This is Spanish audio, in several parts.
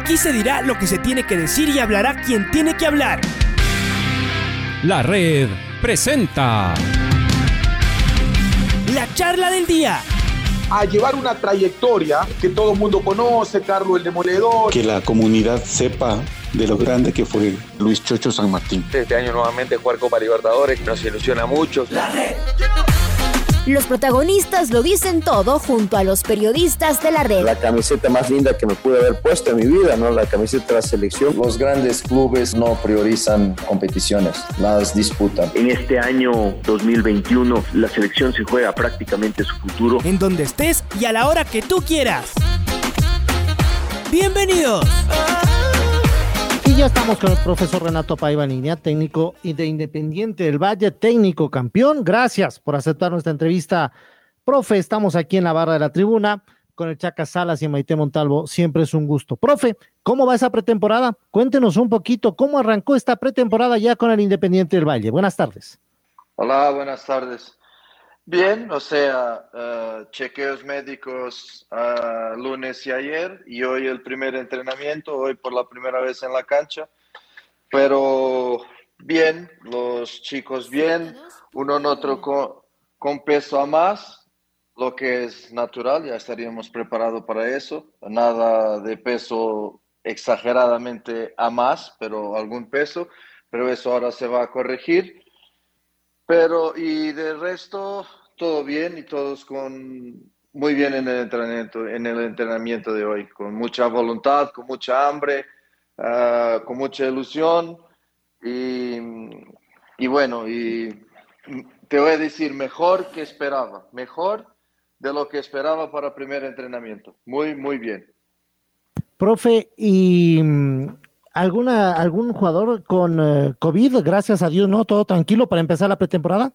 Aquí se dirá lo que se tiene que decir y hablará quien tiene que hablar. La Red presenta La charla del día. A llevar una trayectoria que todo el mundo conoce, Carlos el Demoledor. Que la comunidad sepa de lo grande que fue Luis Chocho San Martín. Este año nuevamente jugar Copa Libertadores nos ilusiona mucho. La Red. Los protagonistas lo dicen todo junto a los periodistas de la Red. La camiseta más linda que me pude haber puesto en mi vida, ¿no? La camiseta de la selección. Los grandes clubes no priorizan competiciones, las disputan. En este año 2021 la selección se juega prácticamente su futuro. En donde estés y a la hora que tú quieras. ¡Bienvenidos! Y ya estamos con el profesor Renato Paiva en línea, técnico de Independiente del Valle, técnico campeón. Gracias por aceptar nuestra entrevista. Profe, estamos aquí en la barra de la tribuna con el Chaca Salas y Maite Montalvo. Siempre es un gusto. Profe, ¿cómo va esa pretemporada? Cuéntenos un poquito cómo arrancó esta pretemporada ya con el Independiente del Valle. Buenas tardes. Hola, buenas tardes. Bien, chequeos médicos lunes y ayer, y hoy el primer entrenamiento, hoy por la primera vez en la cancha, pero bien, los chicos bien, uno en otro con peso a más, lo que es natural, ya estaríamos preparados para eso, nada de peso exageradamente a más, pero algún peso, pero eso ahora se va a corregir. Y del resto, todo bien y todos muy bien en el entrenamiento de hoy, con mucha voluntad, con mucha hambre, con mucha ilusión y bueno, y te voy a decir, mejor de lo que esperaba para el primer entrenamiento, muy, muy bien. Profe, y ¿algún jugador con COVID? Gracias a Dios, ¿no? ¿Todo tranquilo para empezar la pretemporada?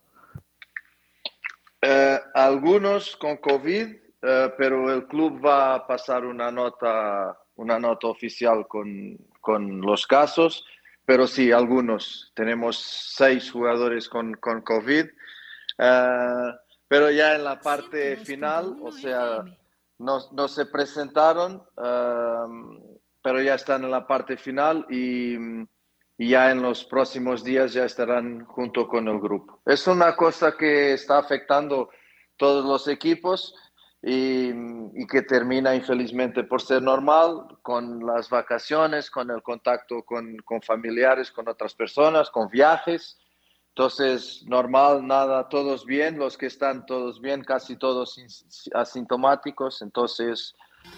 Algunos con COVID, pero el club va a pasar una nota oficial con los casos, pero sí, algunos. Tenemos 6 jugadores con COVID, pero ya en la parte final, o sea, no se presentaron, pero ya están en la parte final y ya en los próximos días ya estarán junto con el grupo. Es una cosa que está afectando todos los equipos y que termina infelizmente por ser normal con las vacaciones, con el contacto con familiares, con otras personas, con viajes. Entonces, normal, nada, todos bien, los que están todos bien, casi todos asintomáticos. Entonces,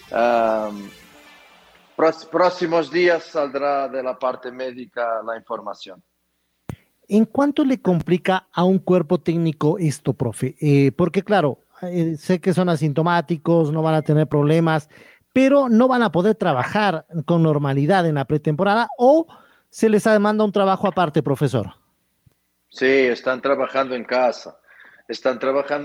próximos días saldrá de la parte médica la información. ¿En cuánto le complica a un cuerpo técnico esto, profe? Porque claro, sé que son asintomáticos, no van a tener problemas, pero no van a poder trabajar con normalidad en la pretemporada, ¿o se les demanda un trabajo aparte, profesor? Sí, están trabajando en casa, están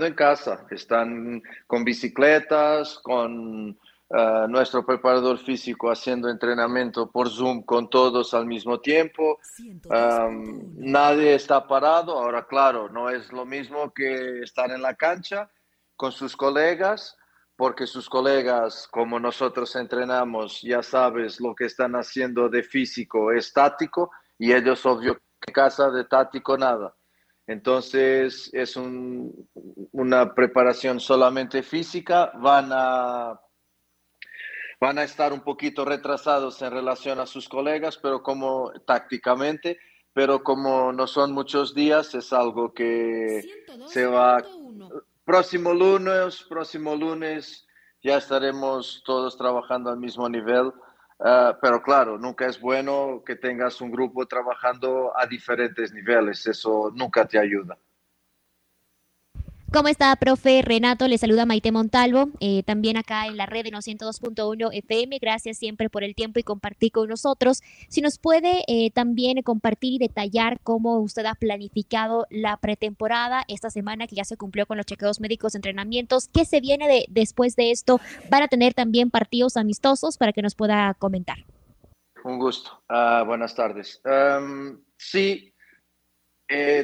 con bicicletas, con nuestro preparador físico haciendo entrenamiento por Zoom con todos al mismo tiempo. Nadie está parado. Ahora, claro, no es lo mismo que estar en la cancha con sus colegas, porque sus colegas, como nosotros entrenamos, ya sabes lo que están haciendo de físico es táctico, y ellos, obvio, en casa de táctico nada. Entonces es una preparación solamente física. Van a estar un poquito retrasados en relación a sus colegas, pero como tácticamente, pero como no son muchos días, es algo que se va. Próximo lunes ya estaremos todos trabajando al mismo nivel, pero claro, nunca es bueno que tengas un grupo trabajando a diferentes niveles, eso nunca te ayuda. ¿Cómo está, profe? Renato, le saluda Maite Montalvo, también acá en la red de 102.1 FM. Gracias siempre por el tiempo y compartir con nosotros. Si nos puede también compartir y detallar cómo usted ha planificado la pretemporada esta semana que ya se cumplió con los chequeos médicos, entrenamientos. ¿Qué se viene después de esto? ¿Van a tener también partidos amistosos para que nos pueda comentar? Un gusto. Buenas tardes. Sí.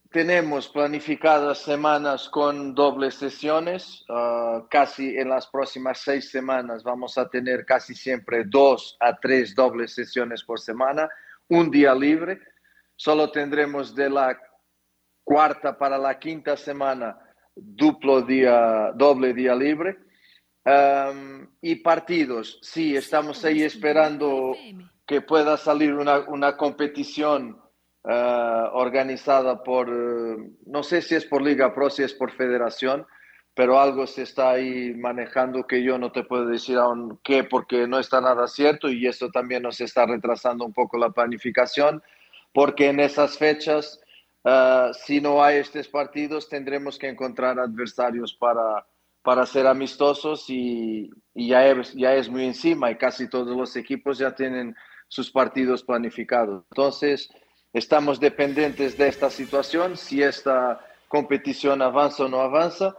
tenemos planificadas semanas con dobles sesiones. Casi en las próximas 6 semanas vamos a tener casi siempre 2 a 3 dobles sesiones por semana, un día libre. Solo tendremos de la cuarta para la quinta semana doble día libre. Y partidos, sí, estamos ahí esperando que pueda salir una competición organizada por, no sé si es por Liga Pro, si es por federación, pero algo se está ahí manejando que yo no te puedo decir aún qué, porque no está nada cierto, y esto también nos está retrasando un poco la planificación, porque en esas fechas, si no hay estos partidos, tendremos que encontrar adversarios para ser amistosos, y ya es muy encima, y casi todos los equipos ya tienen sus partidos planificados. Entonces, estamos dependientes de esta situación, si esta competición avanza o no avanza,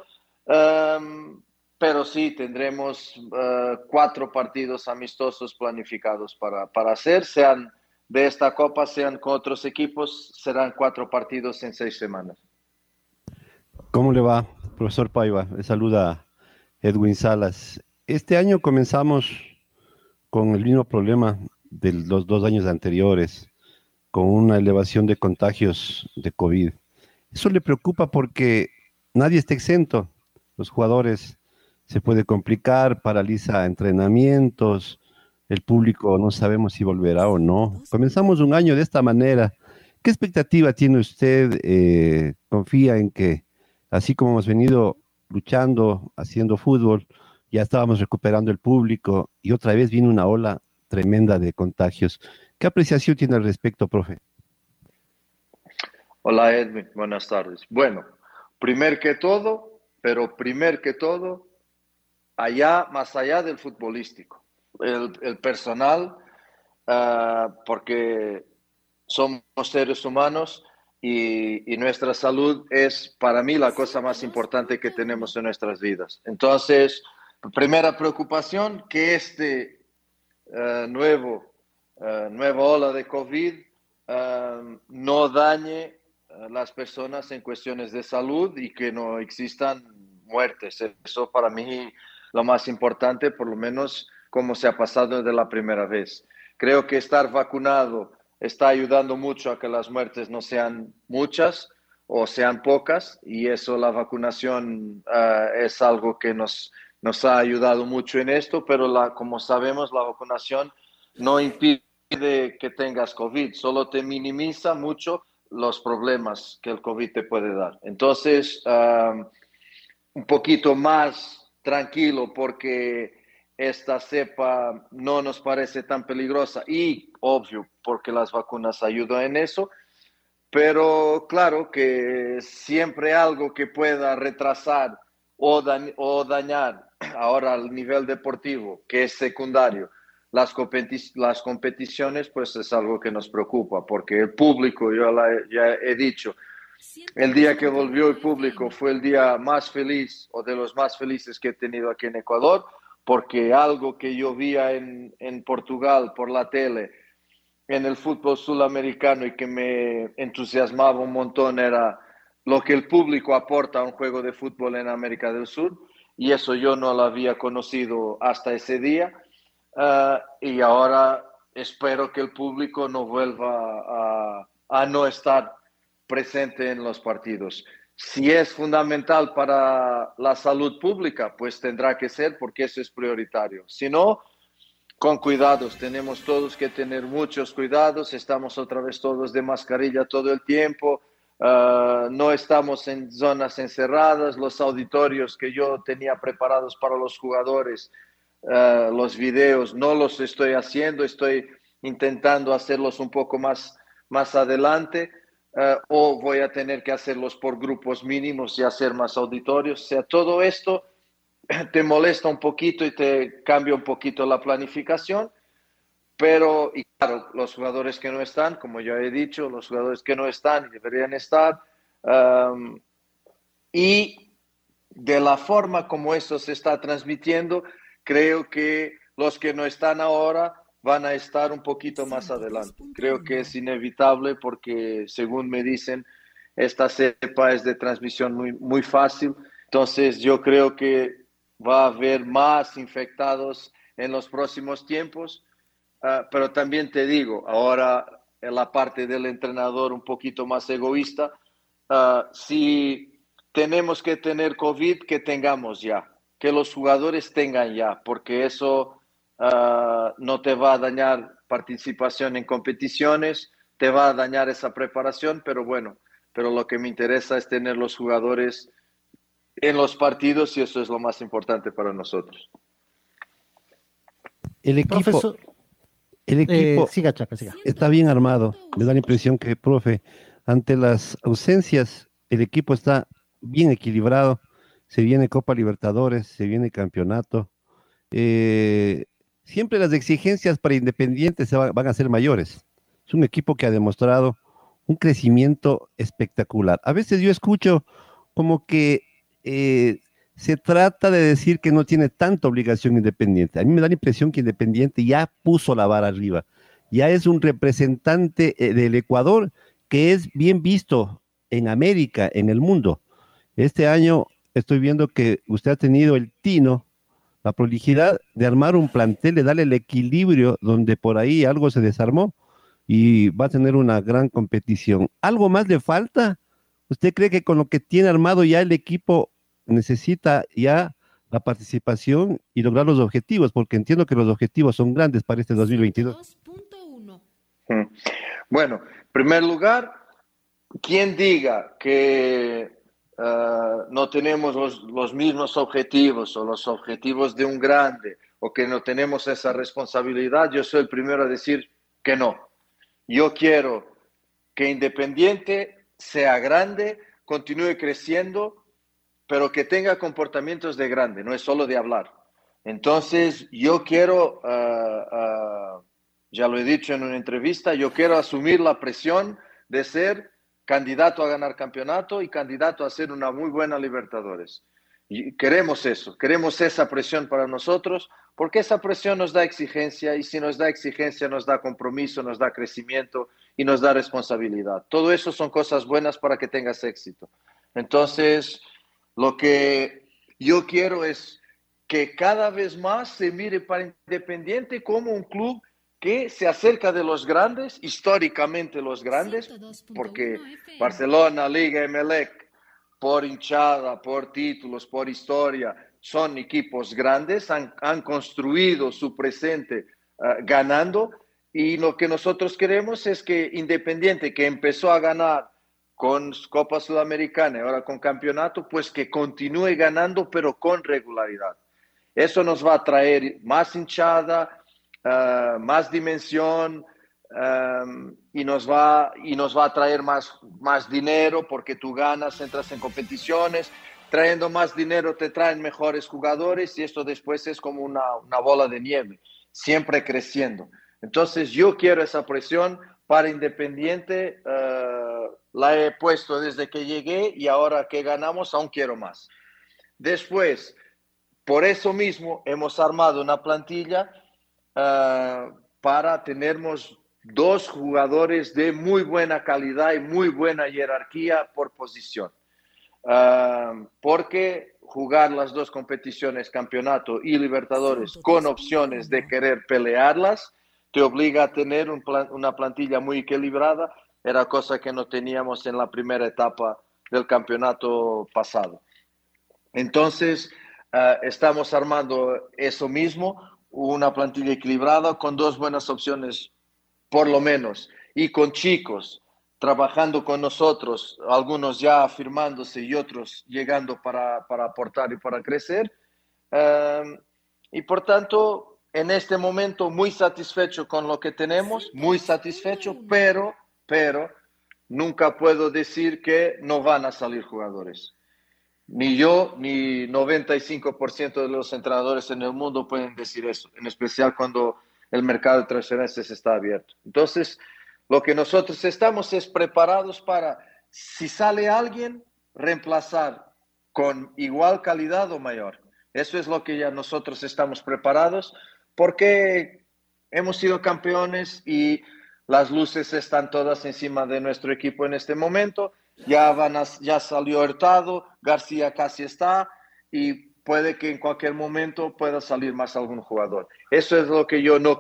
pero sí, tendremos 4 partidos amistosos planificados para hacer, sean de esta Copa, sean con otros equipos, serán 4 partidos en 6 semanas. ¿Cómo le va, profesor Paiva? Le saluda Edwin Salas. Este año comenzamos con el mismo problema de los 2 años anteriores, con una elevación de contagios de COVID. Eso le preocupa porque nadie está exento. Los jugadores se puede complicar, paraliza entrenamientos, el público no sabemos si volverá o no. Comenzamos un año de esta manera. ¿Qué expectativa tiene usted? ¿Confía en que, así como hemos venido luchando, haciendo fútbol, ya estábamos recuperando el público y otra vez viene una ola tremenda de contagios? ¿Qué apreciación tiene al respecto, profe? Hola, Edwin. Buenas tardes. Bueno, primer que todo, más allá del futbolístico, el personal, porque somos seres humanos y nuestra salud es para mí la cosa más importante que tenemos en nuestras vidas. Entonces, primera preocupación, que nueva ola de COVID no dañe a las personas en cuestiones de salud y que no existan muertes. Eso para mí lo más importante, por lo menos como se ha pasado de la primera vez. Creo que estar vacunado está ayudando mucho a que las muertes no sean muchas o sean pocas, y eso, la vacunación es algo que nos ha ayudado mucho en esto, pero como sabemos, la vacunación no impide que tengas COVID, solo te minimiza mucho los problemas que el COVID te puede dar. Entonces, un poquito más tranquilo, porque esta cepa no nos parece tan peligrosa, y obvio, porque las vacunas ayudan en eso, pero claro que siempre algo que pueda retrasar o dañar ahora al nivel deportivo, que es secundario, las competiciones, pues es algo que nos preocupa, porque el público, ya he dicho, el día que volvió el público fue el día más feliz, o de los más felices que he tenido aquí en Ecuador, porque algo que yo veía en Portugal por la tele, en el fútbol sudamericano, y que me entusiasmaba un montón, era lo que el público aporta a un juego de fútbol en América del Sur, y eso yo no lo había conocido hasta ese día. Y ahora espero que el público no vuelva a no estar presente en los partidos. Si es fundamental para la salud pública, pues tendrá que ser, porque eso es prioritario. Si no, con cuidados, tenemos todos que tener muchos cuidados. Estamos otra vez todos de mascarilla todo el tiempo, no estamos en zonas encerradas. Los auditorios que yo tenía preparados para los jugadores, los videos, no los estoy haciendo, estoy intentando hacerlos un poco más adelante, o voy a tener que hacerlos por grupos mínimos y hacer más auditorios. O sea, todo esto te molesta un poquito y te cambia un poquito la planificación, pero, y claro, los jugadores que no están, como ya he dicho, los jugadores que no están y deberían estar, y de la forma como esto se está transmitiendo, creo que los que no están ahora van a estar un poquito más adelante. Creo que es inevitable, porque según me dicen, esta cepa es de transmisión muy fácil. Entonces yo creo que va a haber más infectados en los próximos tiempos, pero también te digo, ahora en la parte del entrenador un poquito más egoísta, si tenemos que tener COVID, que tengamos ya, que los jugadores tengan ya, porque eso no te va a dañar participación en competiciones, te va a dañar esa preparación, pero lo que me interesa es tener los jugadores en los partidos y eso es lo más importante para nosotros. El equipo siga, Chaca, siga. Está bien armado. Me da la impresión que, profe, ante las ausencias, el equipo está bien equilibrado. Se viene Copa Libertadores, se viene campeonato. Siempre las exigencias para Independiente van a ser mayores. Es un equipo que ha demostrado un crecimiento espectacular. A veces yo escucho como que se trata de decir que no tiene tanta obligación Independiente. A mí me da la impresión que Independiente ya puso la vara arriba. Ya es un representante del Ecuador que es bien visto en América, en el mundo. Este año estoy viendo que usted ha tenido el tino, la prolijidad de armar un plantel, de darle el equilibrio donde por ahí algo se desarmó y va a tener una gran competición. ¿Algo más le falta? ¿Usted cree que con lo que tiene armado ya el equipo necesita ya la participación y lograr los objetivos? Porque entiendo que los objetivos son grandes para este 2022. Bueno, en primer lugar, quien diga que no tenemos los mismos objetivos o los objetivos de un grande o que no tenemos esa responsabilidad, yo soy el primero a decir que no. Yo quiero que Independiente sea grande, continúe creciendo, pero que tenga comportamientos de grande, no es solo de hablar. Entonces, yo quiero, ya lo he dicho en una entrevista, yo quiero asumir la presión de ser candidato a ganar campeonato y candidato a hacer una muy buena Libertadores. Y queremos eso, queremos esa presión para nosotros, porque esa presión nos da exigencia y si nos da exigencia nos da compromiso, nos da crecimiento y nos da responsabilidad. Todo eso son cosas buenas para que tengas éxito. Entonces, lo que yo quiero es que cada vez más se mire para Independiente como un club que se acerca de los grandes, históricamente los grandes, porque Barcelona, Liga, Emelec, por hinchada, por títulos, por historia, son equipos grandes, han construido su presente ganando, y lo que nosotros queremos es que Independiente, que empezó a ganar con Copa Sudamericana y ahora con campeonato, pues que continúe ganando, pero con regularidad. Eso nos va a traer más hinchada, más dimensión y nos va a traer más dinero porque tú ganas, entras en competiciones, trayendo más dinero te traen mejores jugadores y esto después es como una bola de nieve, siempre creciendo. Entonces yo quiero esa presión para Independiente, la he puesto desde que llegué y ahora que ganamos aún quiero más. Después, por eso mismo hemos armado una plantilla para tenernos 2 jugadores de muy buena calidad y muy buena jerarquía por posición. Porque jugar las 2 competiciones, campeonato y Libertadores, con opciones de querer pelearlas, te obliga a tener una plantilla muy equilibrada. Era cosa que no teníamos en la primera etapa del campeonato pasado. Entonces, estamos armando eso mismo, una plantilla equilibrada con 2 buenas opciones por lo menos, y con chicos trabajando con nosotros, algunos ya afirmándose y otros llegando para aportar y para crecer. Y por tanto, en este momento muy satisfecho con lo que tenemos, muy satisfecho, pero nunca puedo decir que no van a salir jugadores. Ni yo, ni 95% de los entrenadores en el mundo pueden decir eso, en especial cuando el mercado de transferencias está abierto. Entonces, lo que nosotros estamos es preparados para, si sale alguien, reemplazar con igual calidad o mayor. Eso es lo que ya nosotros estamos preparados, porque hemos sido campeones y las luces están todas encima de nuestro equipo en este momento. ya salió Hurtado, García casi está y puede que en cualquier momento pueda salir más algún jugador. Eso es lo que yo no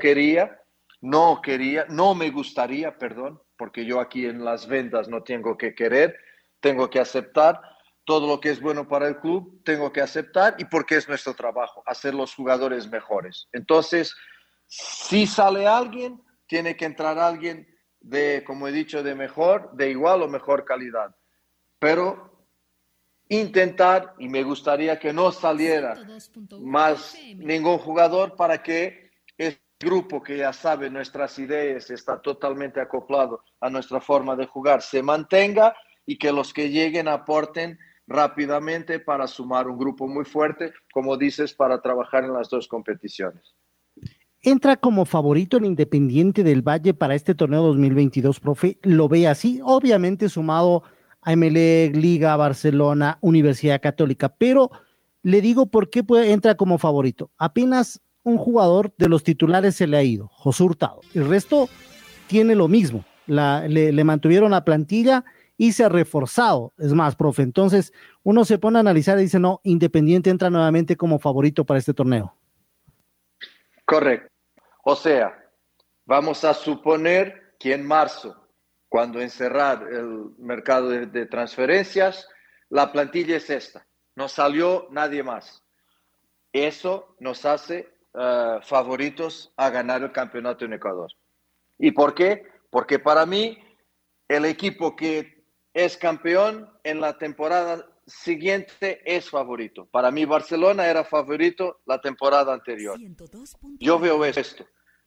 me gustaría, porque yo aquí en las ventas no tengo que querer, tengo que aceptar todo lo que es bueno para el club, tengo que aceptar, y porque es nuestro trabajo, hacer los jugadores mejores. Entonces, si sale alguien, tiene que entrar alguien de, como he dicho, de igual o mejor calidad. Pero intentar, y me gustaría que no saliera más ningún jugador para que el grupo que ya sabe nuestras ideas, está totalmente acoplado a nuestra forma de jugar, se mantenga, y que los que lleguen aporten rápidamente para sumar un grupo muy fuerte, como dices, para trabajar en las dos competiciones. ¿Entra como favorito el Independiente del Valle para este torneo 2022, profe? ¿Lo ve así? Obviamente sumado a Emelec, Liga, Barcelona, Universidad Católica, pero le digo por qué entra como favorito. Apenas un jugador de los titulares se le ha ido, José Hurtado. El resto tiene lo mismo, le mantuvieron la plantilla y se ha reforzado. Es más, profe, entonces uno se pone a analizar y dice, no, Independiente entra nuevamente como favorito para este torneo. Correcto. O sea, vamos a suponer que en marzo, cuando encerrar el mercado de transferencias, la plantilla es esta. No salió nadie más. Eso nos hace favoritos a ganar el campeonato en Ecuador. ¿Y por qué? Porque para mí, el equipo que es campeón en la temporada siguiente es favorito. Para mí Barcelona era favorito la temporada anterior. Yo veo esto.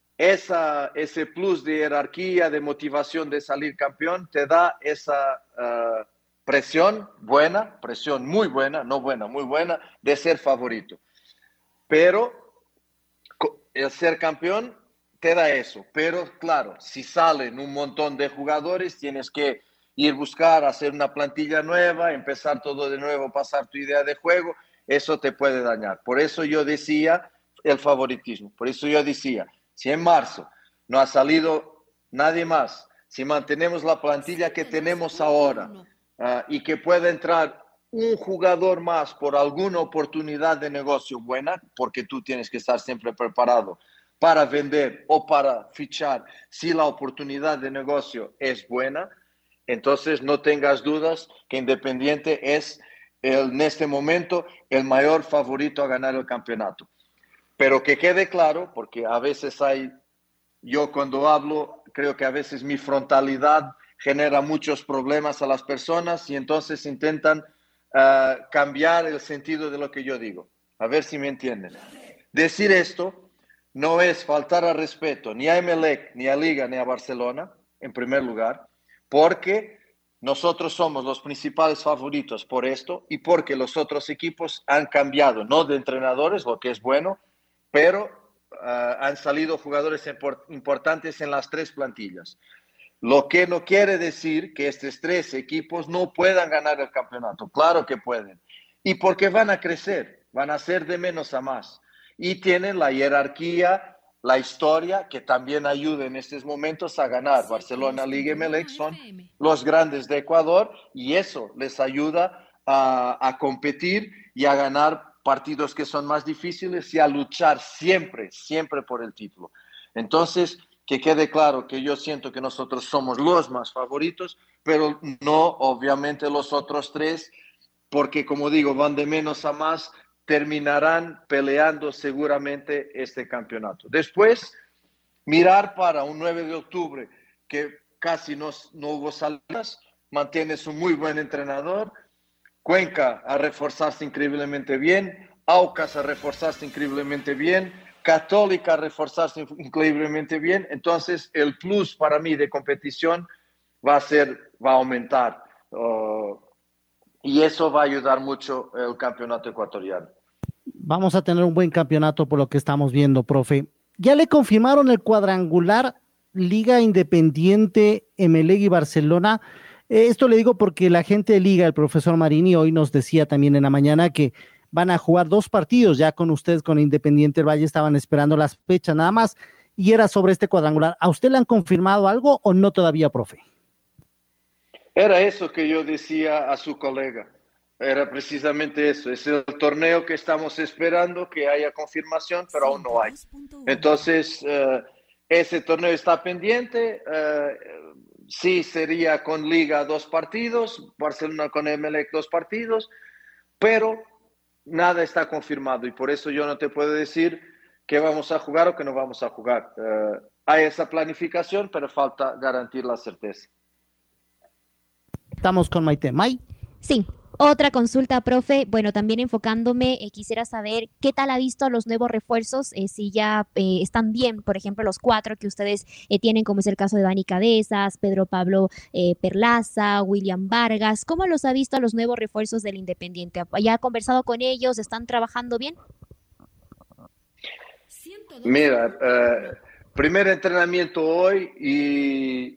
Ese plus de jerarquía, de motivación de salir campeón, te da esa presión muy buena, no buena, muy buena, de ser favorito. Pero el ser campeón te da eso. Pero claro, si salen un montón de jugadores, tienes que ir buscar, hacer una plantilla nueva, empezar todo de nuevo, pasar tu idea de juego, eso te puede dañar. Por eso yo decía el favoritismo, por eso yo decía, si en marzo no ha salido nadie más, si mantenemos la plantilla que tenemos ahora y que pueda entrar un jugador más por alguna oportunidad de negocio buena, porque tú tienes que estar siempre preparado para vender o para fichar si la oportunidad de negocio es buena. Entonces no tengas dudas que Independiente es en este momento el mayor favorito a ganar el campeonato. Pero que quede claro, porque a veces yo cuando hablo, creo que a veces mi frontalidad genera muchos problemas a las personas y entonces intentan cambiar el sentido de lo que yo digo. A ver si me entienden. Decir esto no es faltar al respeto ni a Emelec, ni a Liga, ni a Barcelona, en primer lugar, porque nosotros somos los principales favoritos por esto y porque los otros equipos han cambiado, no de entrenadores, lo que es bueno, pero han salido jugadores importantes en las tres plantillas. Lo que no quiere decir que estos tres equipos no puedan ganar el campeonato. Claro que pueden. Y porque van a crecer, van a ser de menos a más. Y tienen la jerarquía, la historia que también ayuda en estos momentos a ganar. Barcelona, Liga y Emelec son los grandes de Ecuador y eso les ayuda a competir y a ganar partidos que son más difíciles y a luchar siempre por el título. Entonces, que quede claro que yo siento que nosotros somos los más favoritos, pero no obviamente los otros tres, porque como digo, van de menos a más, terminarán peleando seguramente este campeonato. Después, mirar para un 9 de octubre, que casi no hubo salidas, mantienes un muy buen entrenador, Cuenca a reforzarse increíblemente bien, Aucas a reforzarse increíblemente bien, Católica a reforzarse increíblemente bien, entonces el plus para mí de competición va a aumentar. Y eso va a ayudar mucho el campeonato ecuatoriano. Vamos a tener un buen campeonato por lo que estamos viendo, profe. Ya le confirmaron el cuadrangular Liga Independiente, Emelec y Barcelona. Esto le digo porque la gente de Liga, el profesor Marini, hoy nos decía también en la mañana que van a jugar 2 partidos ya con ustedes, con Independiente del Valle, estaban esperando las fechas nada más, y era sobre este cuadrangular. ¿A usted le han confirmado algo o no todavía, profe? Era eso que yo decía a su colega. Era precisamente eso. Es el torneo que estamos esperando, que haya confirmación, pero aún no hay. Entonces, ese torneo está pendiente. Sí, sería con Liga 2 partidos, Barcelona con Emelec 2 partidos, pero nada está confirmado y por eso yo no te puedo decir que vamos a jugar o que no vamos a jugar. Hay esa planificación, pero falta garantir la certeza. Estamos con Maite. May. Sí. Otra consulta, profe. Bueno, también enfocándome, quisiera saber qué tal ha visto a los nuevos refuerzos, si ya están bien, por ejemplo, los 4 que ustedes tienen, como es el caso de Dani Cabezas, Pedro Pablo Perlaza, William Vargas. ¿Cómo los ha visto a los nuevos refuerzos del Independiente? ¿Ya ha conversado con ellos? ¿Están trabajando bien? Mira, primer entrenamiento hoy y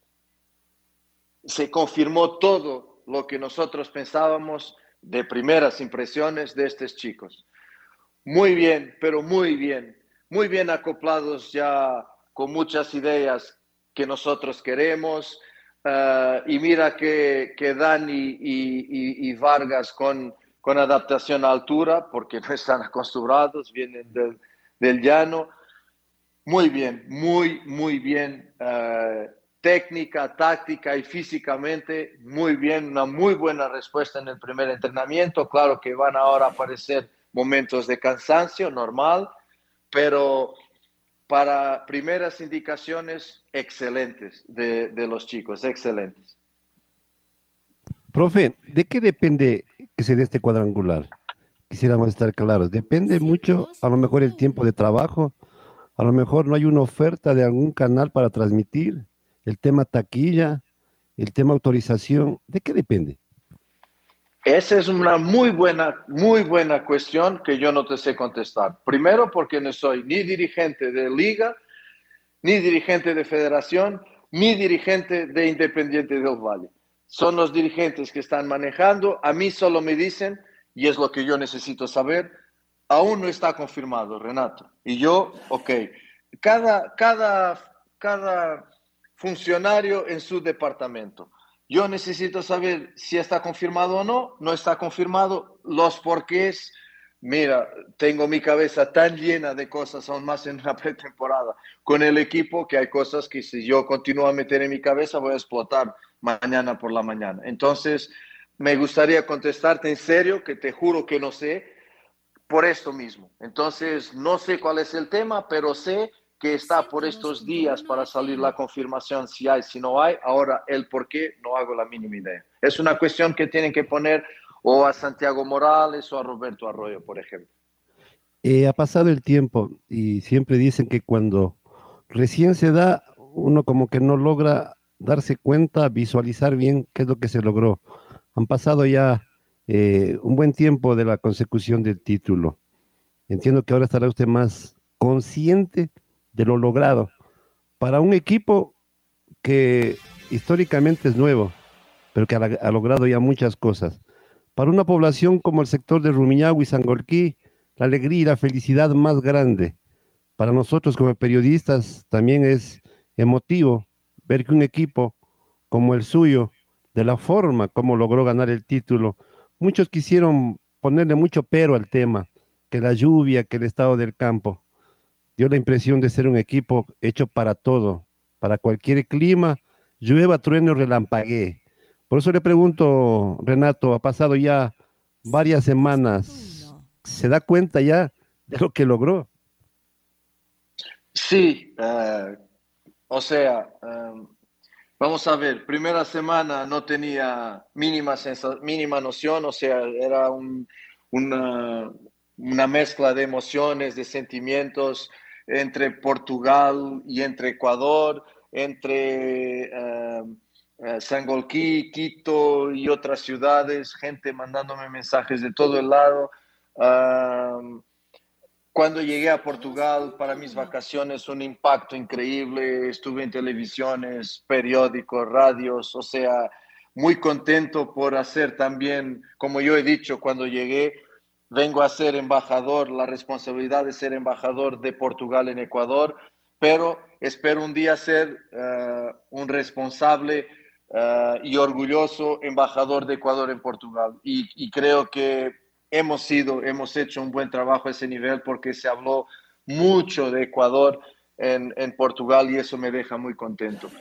se confirmó todo lo que nosotros pensábamos de primeras impresiones de estos chicos. Muy bien, pero muy bien acoplados ya con muchas ideas que nosotros queremos. Y mira que Dani y Vargas con adaptación a altura, porque no están acostumbrados, vienen del llano. Muy bien, muy bien. Técnica, táctica y físicamente muy bien, una muy buena respuesta en el primer entrenamiento. Claro que van ahora a aparecer momentos de cansancio, normal, pero para primeras indicaciones excelentes de los chicos, excelentes. Profe, ¿de qué depende que se dé este cuadrangular? Quisiéramos estar claros. Depende mucho, a lo mejor el tiempo de trabajo, a lo mejor no hay una oferta de algún canal para transmitir. El tema taquilla, el tema autorización, ¿de qué depende? Esa es una muy buena cuestión que yo no te sé contestar. Primero porque no soy ni dirigente de liga, ni dirigente de federación, ni dirigente de Independiente del Valle. Son los dirigentes que están manejando. A mí solo me dicen, y es lo que yo necesito saber, aún no está confirmado, Renato. Y yo, ok, cada funcionario en su departamento. Yo necesito saber si está confirmado o no, no está confirmado, los porqués. Mira, tengo mi cabeza tan llena de cosas, aún más en la pretemporada, con el equipo, que hay cosas que si yo continúo a meter en mi cabeza voy a explotar mañana por la mañana. Entonces, me gustaría contestarte en serio, que te juro que no sé, por esto mismo. Entonces, no sé cuál es el tema, pero sé que está por estos días para salir la confirmación si hay, si no hay. Ahora, el por qué, no hago la mínima idea. Es una cuestión que tienen que poner o a Santiago Morales o a Roberto Arroyo, por ejemplo. Ha pasado el tiempo y siempre dicen que cuando recién se da, uno como que no logra darse cuenta, visualizar bien qué es lo que se logró. Han pasado ya un buen tiempo de la consecución del título. Entiendo que ahora estará usted más consciente de lo logrado para un equipo que históricamente es nuevo, pero que ha logrado ya muchas cosas. Para una población como el sector de Rumiñahui y Sangolquí, la alegría y la felicidad más grande. Para nosotros como periodistas también es emotivo ver que un equipo como el suyo, de la forma como logró ganar el título, muchos quisieron ponerle mucho pero al tema, que la lluvia, que el estado del campo. Dio la impresión de ser un equipo hecho para todo, para cualquier clima, llueva, truene o relampaguee. Por eso le pregunto, Renato, ha pasado ya varias semanas, ¿se da cuenta ya de lo que logró? Sí, vamos a ver, primera semana no tenía mínima noción, o sea, era una mezcla de emociones, de sentimientos entre Portugal y entre Ecuador, entre Sangolquí, Quito y otras ciudades, gente mandándome mensajes de todo el lado. Cuando llegué a Portugal para mis vacaciones, un impacto increíble, estuve en televisiones, periódicos, radios, o sea, muy contento por hacer también, como yo he dicho cuando llegué, vengo a ser embajador, la responsabilidad de ser embajador de Portugal en Ecuador, pero espero un día ser un responsable y orgulloso embajador de Ecuador en Portugal. Y creo que hemos hecho un buen trabajo a ese nivel porque se habló mucho de Ecuador en Portugal y eso me deja muy contento.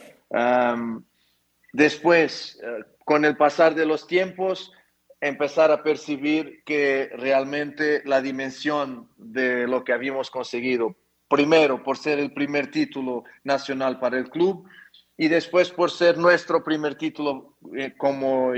Después, con el pasar de los tiempos, empezar a percibir que realmente la dimensión de lo que habíamos conseguido, primero por ser el primer título nacional para el club y después por ser nuestro primer título como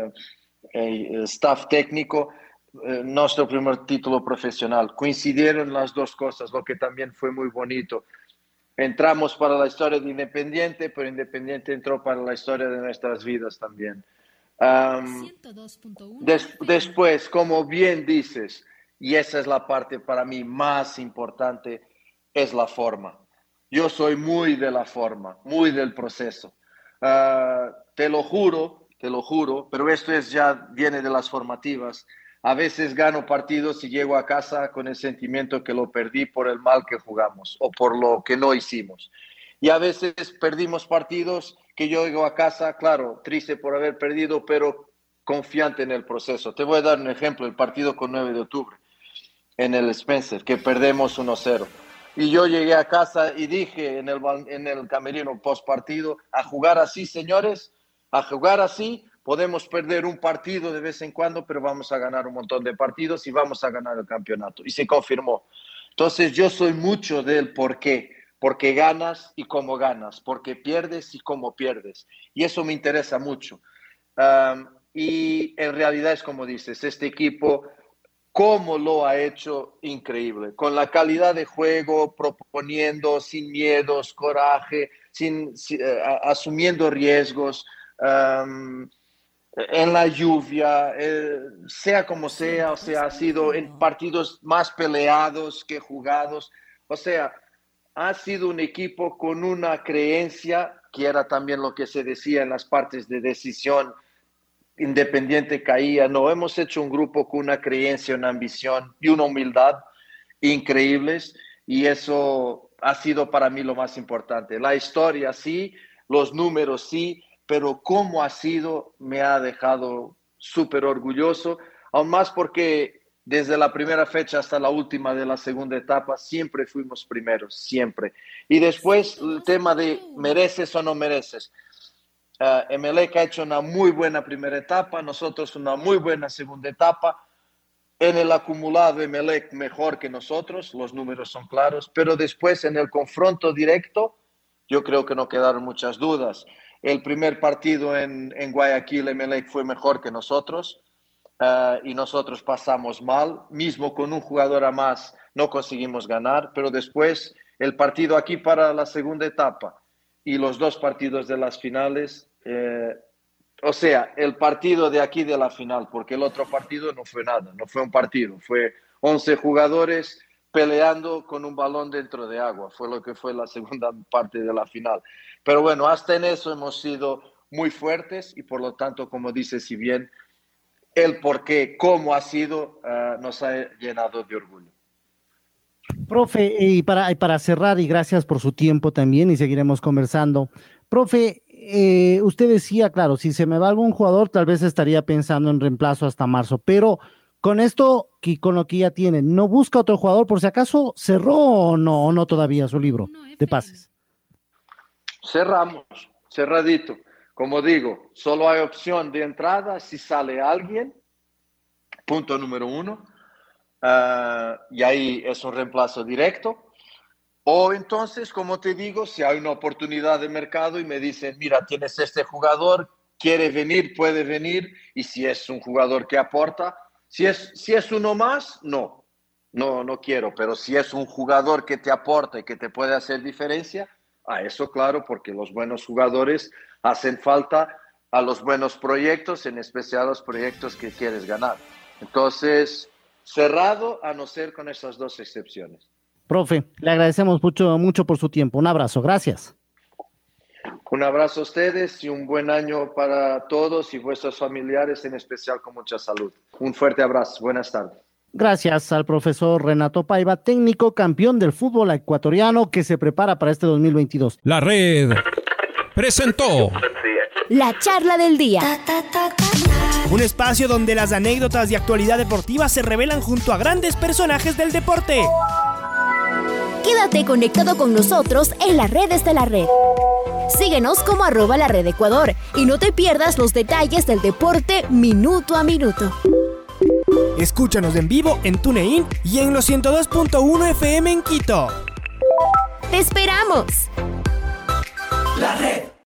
staff técnico, nuestro primer título profesional. Coincidieron las dos cosas, lo que también fue muy bonito. Entramos para la historia de Independiente, pero Independiente entró para la historia de nuestras vidas también. Después, como bien dices, y esa es la parte para mí más importante, es la forma. Yo soy muy de la forma, muy del proceso. Te lo juro, pero esto ya viene de las formativas. A veces gano partidos y llego a casa con el sentimiento que lo perdí por el mal que jugamos o por lo que no hicimos. Y a veces perdimos partidos que yo llego a casa, claro, triste por haber perdido, pero confiante en el proceso. Te voy a dar un ejemplo, el partido con 9 de octubre en el Spencer, que perdemos 1-0. Y yo llegué a casa y dije en el camerino post partido, a jugar así, señores, a jugar así, podemos perder un partido de vez en cuando, pero vamos a ganar un montón de partidos y vamos a ganar el campeonato. Y se confirmó. Entonces yo soy mucho del por qué. Porque ganas y cómo ganas, porque pierdes y cómo pierdes. Y eso me interesa mucho. Y en realidad es como dices, este equipo, cómo lo ha hecho, increíble. Con la calidad de juego, proponiendo, sin miedos, coraje, asumiendo riesgos, en la lluvia, sea como sea, o sea, ha sido en partidos más peleados que jugados. O sea, ha sido un equipo con una creencia, que era también lo que se decía en las partes de decisión, Independiente caía. No, hemos hecho un grupo con una creencia, una ambición y una humildad increíbles, y eso ha sido para mí lo más importante. La historia sí, los números sí, pero cómo ha sido me ha dejado súper orgulloso, aún más porque desde la primera fecha hasta la última de la segunda etapa siempre fuimos primeros, siempre. Y después el tema de mereces o no mereces. Emelec ha hecho una muy buena primera etapa, nosotros una muy buena segunda etapa. En el acumulado Emelec mejor que nosotros, los números son claros, pero después en el confronto directo yo creo que no quedaron muchas dudas. El primer partido en Guayaquil Emelec fue mejor que nosotros. Y nosotros pasamos mal, mismo con un jugador a más no conseguimos ganar, pero después el partido aquí para la segunda etapa y los dos partidos de las finales, o sea, el partido de aquí de la final, porque el otro partido no fue nada, no fue un partido, fue 11 jugadores peleando con un balón dentro de agua, fue lo que fue la segunda parte de la final. Pero bueno, hasta en eso hemos sido muy fuertes y por lo tanto, como dice, si bien el por qué, cómo ha sido, nos ha llenado de orgullo. Profe, y para cerrar, y gracias por su tiempo también, y seguiremos conversando. Profe, usted decía, claro, si se me va algún jugador, tal vez estaría pensando en reemplazo hasta marzo, pero con esto y con lo que ya tiene, ¿no busca otro jugador por si acaso cerró o no todavía su libro de pases? Cerramos, cerradito. Como digo, solo hay opción de entrada si sale alguien, punto número 1, y ahí es un reemplazo directo. O entonces, como te digo, si hay una oportunidad de mercado y me dicen, mira, tienes este jugador, quiere venir, puede venir, y si es un jugador que aporta, si es uno más, no quiero, pero si es un jugador que te aporta y que te puede hacer diferencia, eso claro, porque los buenos jugadores hacen falta a los buenos proyectos, en especial a los proyectos que quieres ganar. Entonces, cerrado a no ser con esas dos excepciones. Profe, le agradecemos mucho por su tiempo. Un abrazo, gracias. Un abrazo a ustedes y un buen año para todos y vuestros familiares, en especial con mucha salud. Un fuerte abrazo, buenas tardes. Gracias al profesor Renato Paiva, técnico campeón del fútbol ecuatoriano que se prepara para este 2022. La Red presentó La charla del día. Un espacio donde las anécdotas de actualidad deportiva se revelan junto a grandes personajes del deporte. Quédate conectado con nosotros en las redes de la red. Síguenos como @LaRedEcuador y no te pierdas los detalles del deporte minuto a minuto. Escúchanos en vivo en TuneIn y en los 102.1 FM en Quito. ¡Te esperamos! La Red.